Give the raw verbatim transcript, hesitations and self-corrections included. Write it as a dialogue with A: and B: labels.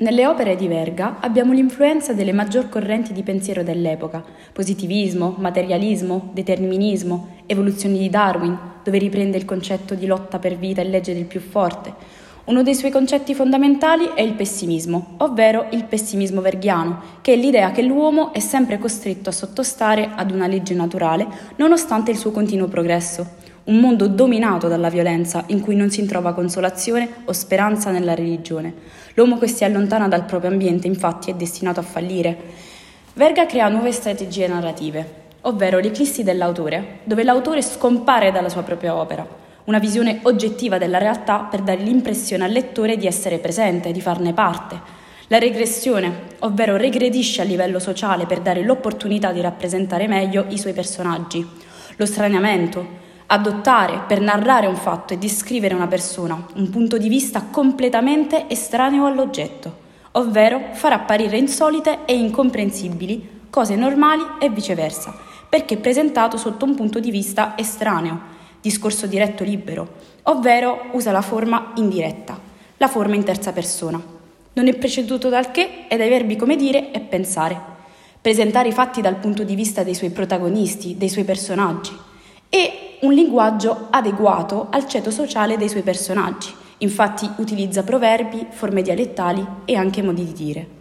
A: Nelle opere di Verga abbiamo l'influenza delle maggior correnti di pensiero dell'epoca: positivismo, materialismo, determinismo, evoluzione di Darwin, dove riprende il concetto di lotta per vita e legge del più forte. Uno dei suoi concetti fondamentali è il pessimismo, ovvero il pessimismo verghiano, che è l'idea che l'uomo è sempre costretto a sottostare ad una legge naturale nonostante il suo continuo progresso. Un mondo dominato dalla violenza, in cui non si trova consolazione o speranza nella religione. L'uomo che si allontana dal proprio ambiente, infatti, è destinato a fallire. Verga crea nuove strategie narrative, ovvero l'eclissi dell'autore, dove l'autore scompare dalla sua propria opera, una visione oggettiva della realtà per dare l'impressione al lettore di essere presente, di farne parte. La regressione, ovvero regredisce a livello sociale per dare l'opportunità di rappresentare meglio i suoi personaggi. Lo straniamento, adottare per narrare un fatto e descrivere una persona, un punto di vista completamente estraneo all'oggetto, ovvero far apparire insolite e incomprensibili cose normali e viceversa, perché presentato sotto un punto di vista estraneo, discorso diretto libero, ovvero usa la forma indiretta, la forma in terza persona. Non è preceduto dal che e dai verbi come dire e pensare. Presentare i fatti dal punto di vista dei suoi protagonisti, dei suoi personaggi. E un linguaggio adeguato al ceto sociale dei suoi personaggi. Infatti utilizza proverbi, forme dialettali e anche modi di dire.